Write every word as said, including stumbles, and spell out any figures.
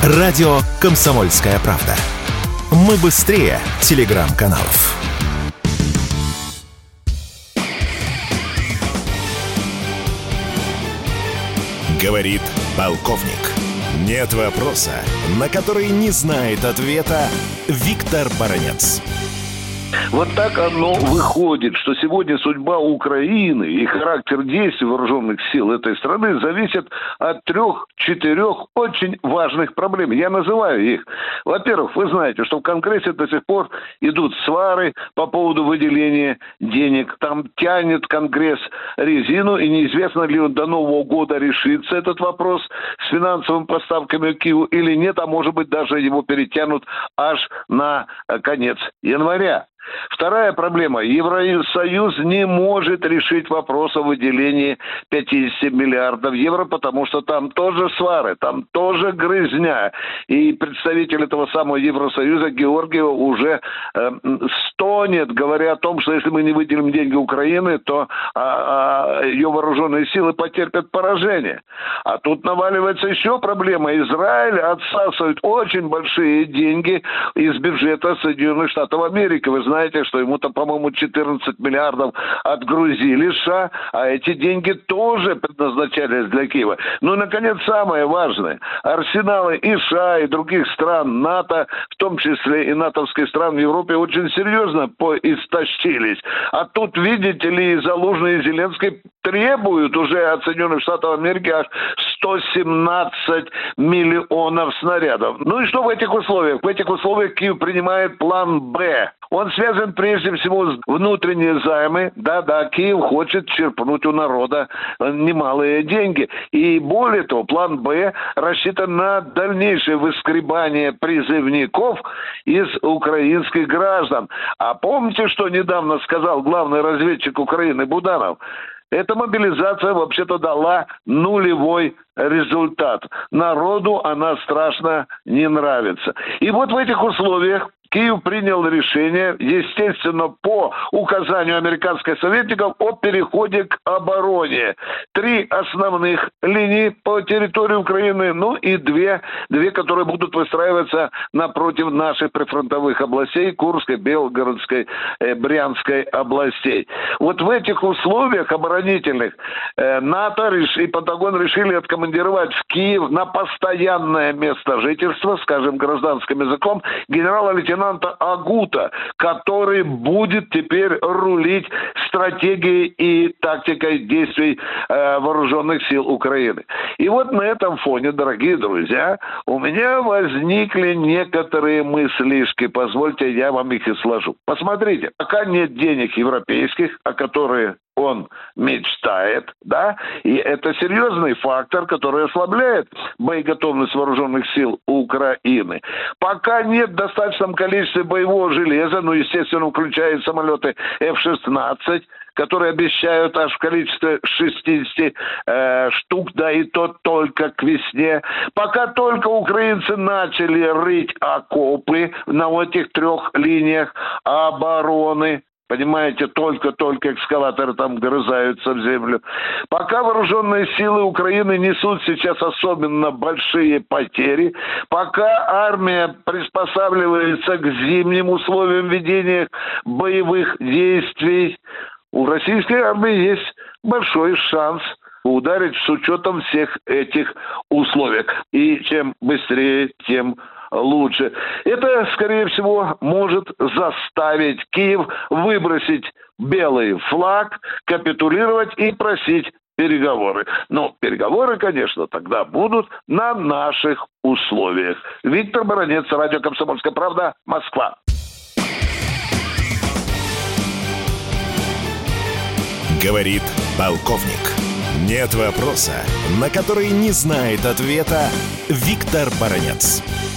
Радио «Комсомольская правда». Мы быстрее телеграм-каналов. Говорит полковник. Нет вопроса, на который не знает ответа Виктор Баранец. Вот так оно выходит, что сегодня судьба Украины и характер действий вооруженных сил этой страны зависят от трех-четырех очень важных проблем. Я называю их. Во-первых, вы знаете, что в Конгрессе до сих пор идут свары по поводу выделения денег. Там тянет Конгресс резину, и неизвестно, ли он до Нового года решится этот вопрос с финансовыми поставками к Киеву или нет, а может быть даже его перетянут аж на конец января. Вторая проблема. Евросоюз не может решить вопрос о выделении пятьдесят миллиардов евро, потому что там тоже свары, там тоже грызня. И представитель этого самого Евросоюза Георгиева уже э, стонет, говоря о том, что если мы не выделим деньги Украины, то а, а, ее вооруженные силы потерпят поражение. А тут наваливается еще проблема. Израиль отсасывает очень большие деньги из бюджета Соединенных Штатов Америки. Вы знаете, Знаете, что ему-то, по-моему, четырнадцать миллиардов отгрузили США, а эти деньги тоже предназначались для Киева. Ну и, наконец, самое важное. Арсеналы и США, и других стран НАТО, в том числе и натовских стран в Европе, очень серьезно поистощились. А тут, видите ли, Залужный и Зеленский требуют уже от Соединенных Штатов Америки аж сто семнадцать миллионов снарядов. Ну и что в этих условиях? В этих условиях Киев принимает план «Б». Он связан прежде всего с внутренними займами. Да-да, Киев хочет черпнуть у народа немалые деньги. И более того, план «Б» рассчитан на дальнейшее выскребание призывников из украинских граждан. А помните, что недавно сказал главный разведчик Украины Буданов? Эта мобилизация вообще-то дала нулевой результат. Народу она страшно не нравится. И вот в этих условиях Киев принял решение, естественно, по указанию американских советников о переходе к обороне. Три основных линии по территории Украины, ну и две, две, которые будут выстраиваться напротив наших прифронтовых областей, Курской, Белгородской, э, Брянской областей. Вот в этих условиях оборонительных э, НАТО и Пентагон решили откомандировать в Киев на постоянное место жительства, скажем, гражданским языком, генерала-лейтенанта Агута, который будет теперь рулить стратегией и тактикой действий э, вооруженных сил Украины. И вот на этом фоне, дорогие друзья, у меня возникли некоторые мыслишки. Позвольте, я вам их и сложу. Посмотрите, пока нет денег европейских, о которых он мечтает, да, и это серьезный фактор, который ослабляет боеготовность вооруженных сил Украины. Пока нет в достаточном количестве боевого железа, ну, естественно, включая самолеты эф шестнадцать, которые обещают аж в количестве шестьдесят э, штук, да и то только к весне. Пока только украинцы начали рыть окопы на этих трех линиях обороны, понимаете, только-только экскаваторы там грызаются в землю. Пока вооруженные силы Украины несут сейчас особенно большие потери, пока армия приспосабливается к зимним условиям ведения боевых действий, у российской армии есть большой шанс ударить с учетом всех этих условий. И чем быстрее, тем лучше. Это, скорее всего, может заставить Киев выбросить белый флаг, капитулировать и просить переговоры. Но переговоры, конечно, тогда будут на наших условиях. Виктор Баранец, радио «Комсомольская правда», Москва. Говорит полковник. Нет вопроса, на который не знает ответа Виктор Баранец.